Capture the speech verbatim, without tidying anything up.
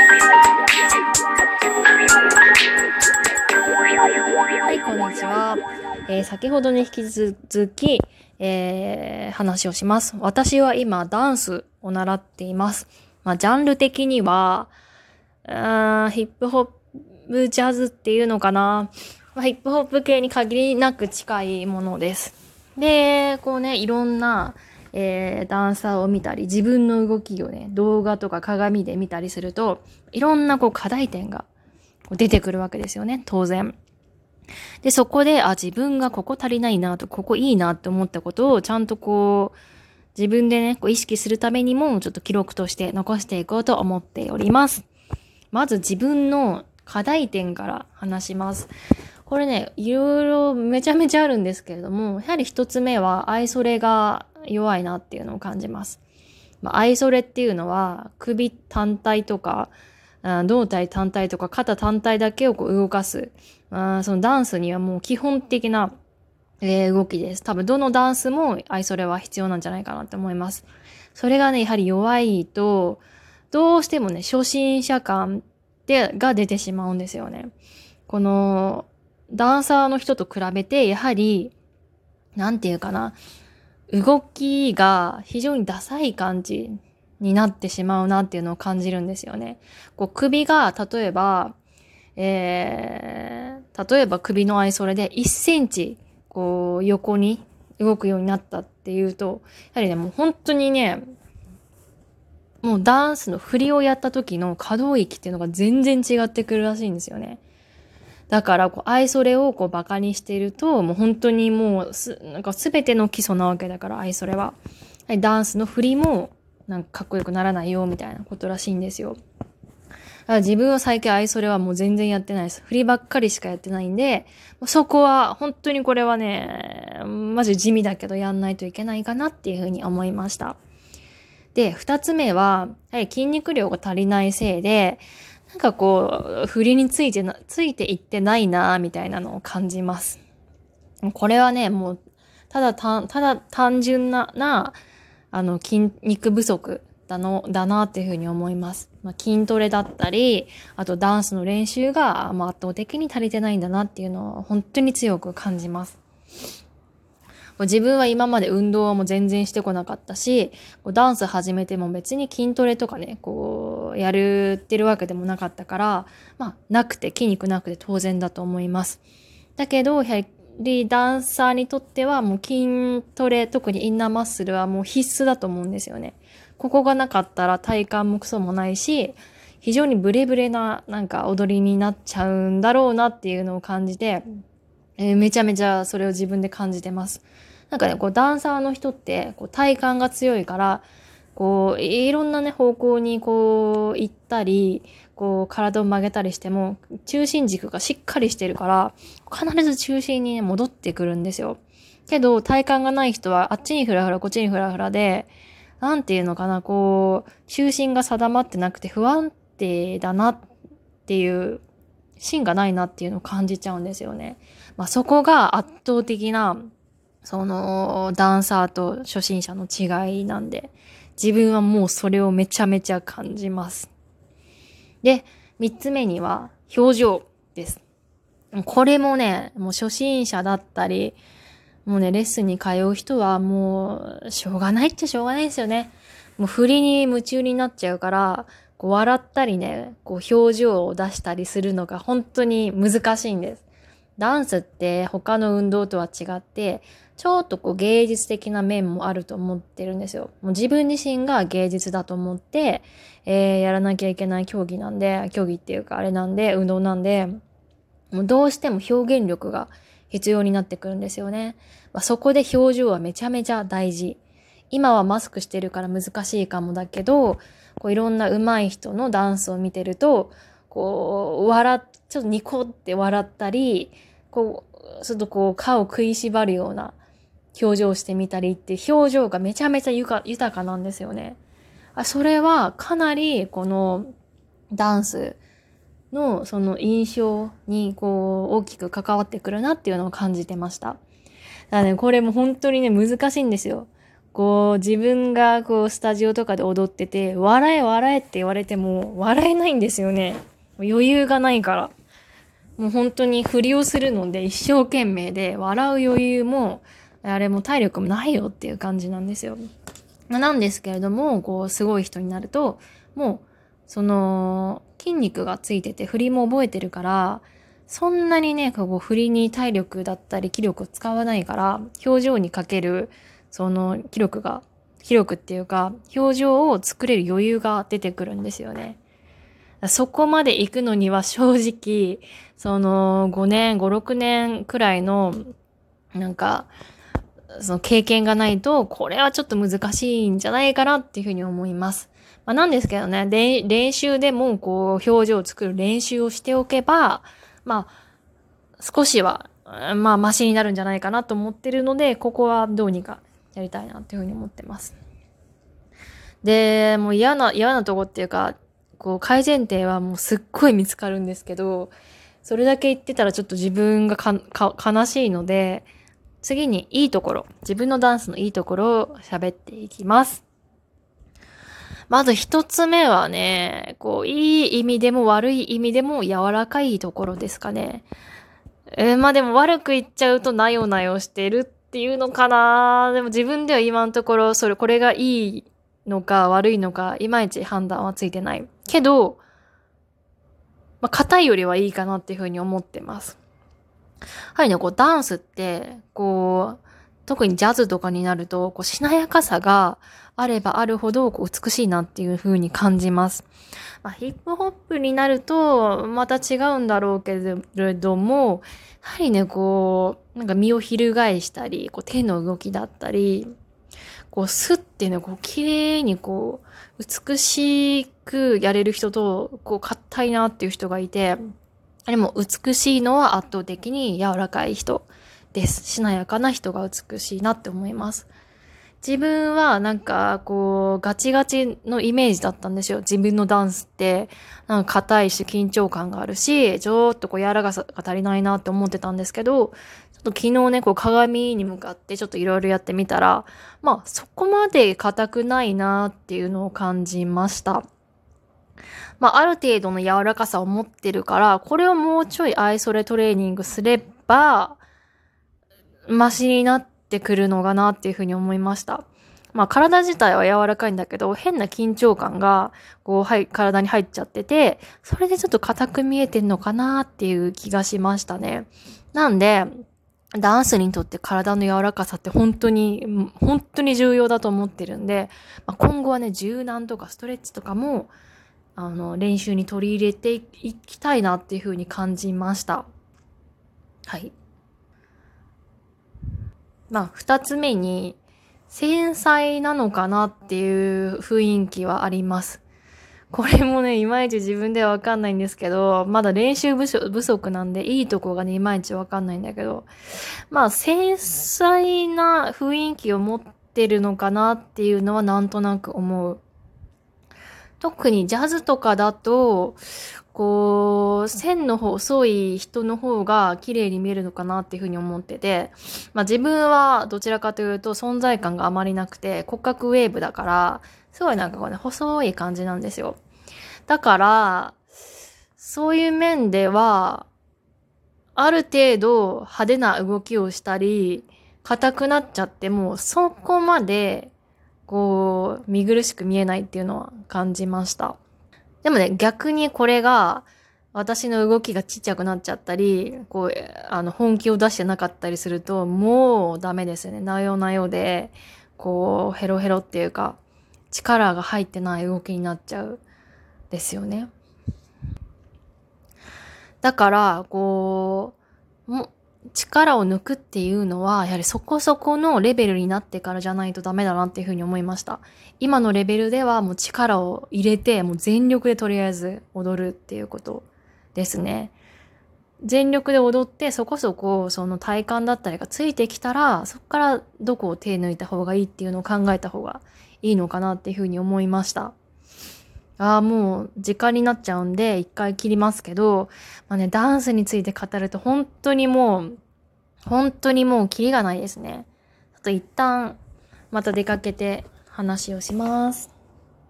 はい、こんにちは。えー、先ほどに引き続き、えー、話をします。私は今ダンスを習っています。まあ、ジャンル的には、あヒップホップジャズっていうのかな。まあ、ヒップホップ系に限りなく近いものです。で、こうね、いろんな、えー、ダンサーを見たり、自分の動きをね、動画とか鏡で見たりすると、いろんなこう課題点が出てくるわけですよね、当然。で、そこで、あ、自分がここ足りないなと、ここいいなって思ったことをちゃんとこう、自分でね、こう意識するためにも、ちょっと記録として残していこうと思っております。まず自分の課題点から話します。これね、いろいろめちゃめちゃあるんですけれども、やはり一つ目は、愛それが弱いなっていうのを感じます。まあ、愛それっていうのは、首単体とか、胴体単体とか肩単体だけをこう動かす。あそのダンスにはもう基本的な、えー、動きです。多分どのダンスも愛それは必要なんじゃないかなと思います。それがね、やはり弱いと、どうしてもね、初心者感でが出てしまうんですよね。この、ダンサーの人と比べて、やはり、なんていうかな、動きが非常にダサい感じになってしまうなっていうのを感じるんですよね。こう首が、例えば、えー、例えば首の愛それでいっセンチ、こう、横に動くようになったっていうと、やはりね、もう本当にね、もうダンスの振りをやった時の可動域っていうのが全然違ってくるらしいんですよね。だから、こう、愛それをこう、バカにしていると、もう本当にもう、す、なんか全ての基礎なわけだから、愛それは。ダンスの振りも、なんかかっこよくならないよ、みたいなことらしいんですよ。だから自分は最近愛それはもう全然やってないです。振りばっかりしかやってないんで、そこは、本当にこれはね、マジ地味だけどやんないといけないかなっていうふうに思いました。で、二つ目は、やはり筋肉量が足りないせいで、なんかこう、振りについてな、ついていってないなみたいなのを感じます。これはね、もう、ただた、ただ単純な、な、あの、筋肉不足だの、だなっていうふうに思います。まあ、筋トレだったり、あとダンスの練習が、まあ、圧倒的に足りてないんだなっていうのを本当に強く感じます。自分は今まで運動も全然してこなかったし、ダンス始めても別に筋トレとかね、こう、やるってるわけでもなかったから、まあ、なくて、筋肉なくて当然だと思います。だけど、やはりダンサーにとってはもう筋トレ、特にインナーマッスルはもう必須だと思うんですよね。ここがなかったら体幹もクソもないし、非常にブレブレななんか踊りになっちゃうんだろうなっていうのを感じて、えー、めちゃめちゃそれを自分で感じてます。なんかね、こうダンサーの人ってこう体幹が強いから、こういろんなね方向にこう行ったり、こう体を曲げたりしても中心軸がしっかりしてるから、必ず中心にね戻ってくるんですよ。けど体幹がない人はあっちにフラフラこっちにフラフラで、なんていうのかな、こう中心が定まってなくて不安定だなっていう芯がないなっていうのを感じちゃうんですよね。まあそこが圧倒的なそのダンサーと初心者の違いなんで、自分はもうそれをめちゃめちゃ感じます。で、三つ目には表情です。これもね、もう初心者だったり、もうね、レッスンに通う人はもう、しょうがないっちゃしょうがないですよね。もう振りに夢中になっちゃうから、こう笑ったりね、こう表情を出したりするのが本当に難しいんです。ダンスって他の運動とは違って、ちょっとこう芸術的な面もあると思ってるんですよ。もう自分自身が芸術だと思って、えー、やらなきゃいけない競技なんで、競技っていうかあれなんで、運動なんで、もうどうしても表現力が必要になってくるんですよね。まあ、そこで表情はめちゃめちゃ大事。今はマスクしてるから難しいかもだけど、こういろんな上手い人のダンスを見てると、こう、笑っ、ちょっとニコって笑ったり、こう、ちょっとこう、顔を食いしばるような表情をしてみたりって表情がめちゃめちゃ豊かなんですよね。それはかなりこのダンスのその印象にこう大きく関わってくるなっていうのを感じてました。だからね、これも本当にね難しいんですよ。 こう自分がこうスタジオとかで踊ってて、笑え笑えって言われても笑えないんですよね。余裕がないから。もう本当に振りをするので一生懸命で、笑う余裕も、あれも体力もないよっていう感じなんですよ。なんですけれども、こうすごい人になると、もうその筋肉がついてて振りも覚えてるから、そんなにね、こう振りに体力だったり気力を使わないから、表情にかけるその気力が、気力っていうか、表情を作れる余裕が出てくるんですよね。そこまで行くのには正直、そのごねん、ご、ろくねんくらいの、なんか、その経験がないと、これはちょっと難しいんじゃないかなっていうふうに思います。まあ、なんですけどね、で練習でもこう表情を作る練習をしておけば、まあ、少しは、まあ、マシになるんじゃないかなと思ってるので、ここはどうにかやりたいなっていうふうに思ってます。で、もう嫌な、嫌なとこっていうか、こう改善点はもうすっごい見つかるんですけど、それだけ言ってたらちょっと自分がかか悲しいので、次にいいところ、自分のダンスのいいところを喋っていきます。まず一つ目はね、こう、いい意味でも悪い意味でも柔らかいところですかね。えー、まあでも悪く言っちゃうとなよなよしてるっていうのかな。でも自分では今のところ、それ、これがいいのか悪いのか、いまいち判断はついてない。けど、まあ硬いよりはいいかなっていうふうに思ってます。やはりね、こうダンスって、こう、特にジャズとかになると、こうしなやかさがあればあるほどこう美しいなっていう風に感じます。まあ、ヒップホップになるとまた違うんだろうけれども、やはりね、こう、なんか身を翻したり、こう手の動きだったり、こうスッてね、こう綺麗にこう、美しくやれる人と、こう硬いなっていう人がいて、でも美しいのは圧倒的に柔らかい人です。しなやかな人が美しいなって思います。自分はなんかこうガチガチのイメージだったんですよ。自分のダンスってなんか硬いし緊張感があるし、ちょっとこう柔らかさが足りないなって思ってたんですけど、ちょっと昨日ね、こう鏡に向かってちょっといろいろやってみたら、まあそこまで硬くないなっていうのを感じました。まあ、ある程度の柔らかさを持ってるから、これをもうちょいアイソレトレーニングすれば、マシになってくるのかなっていうふうに思いました。まあ、体自体は柔らかいんだけど、変な緊張感が、こう、はい、体に入っちゃってて、それでちょっと硬く見えてんのかなっていう気がしましたね。なんで、ダンスにとって体の柔らかさって本当に、本当に重要だと思ってるんで、まあ、今後はね、柔軟とかストレッチとかも、あの、練習に取り入れていきたいなっていう風に感じました。はい。まあ、二つ目に、繊細なのかなっていう雰囲気はあります。これもね、いまいち自分ではわかんないんですけど、まだ練習不足なんで、いいとこがね、いまいちわかんないんだけど、まあ、繊細な雰囲気を持ってるのかなっていうのはなんとなく思う。特にジャズとかだと、こう、線の細い人の方が綺麗に見えるのかなっていうふうに思ってて、まあ自分はどちらかというと存在感があまりなくて骨格ウェーブだから、すごいなんかこうね、細い感じなんですよ。だから、そういう面では、ある程度派手な動きをしたり、硬くなっちゃっても、そこまでこう、見苦しく見えないっていうのは感じました。でもね、逆にこれが、私の動きがちっちゃくなっちゃったり、こう、あの、本気を出してなかったりすると、もうダメですね。なよなよで、こう、ヘロヘロっていうか、力が入ってない動きになっちゃう、ですよね。だから、こう、も力を抜くっていうのは、やはりそこそこのレベルになってからじゃないとダメだなっていうふうに思いました。今のレベルではもう力を入れて、もう全力でとりあえず踊るっていうことですね。全力で踊ってそこそこその体幹だったりがついてきたら、そこからどこを手抜いた方がいいっていうのを考えた方がいいのかなっていうふうに思いました。ああ、もう時間になっちゃうんで一回切りますけど、まあね、ダンスについて語ると本当にもう、本当にもうキリがないですね。ちょっと一旦また出かけて話をします。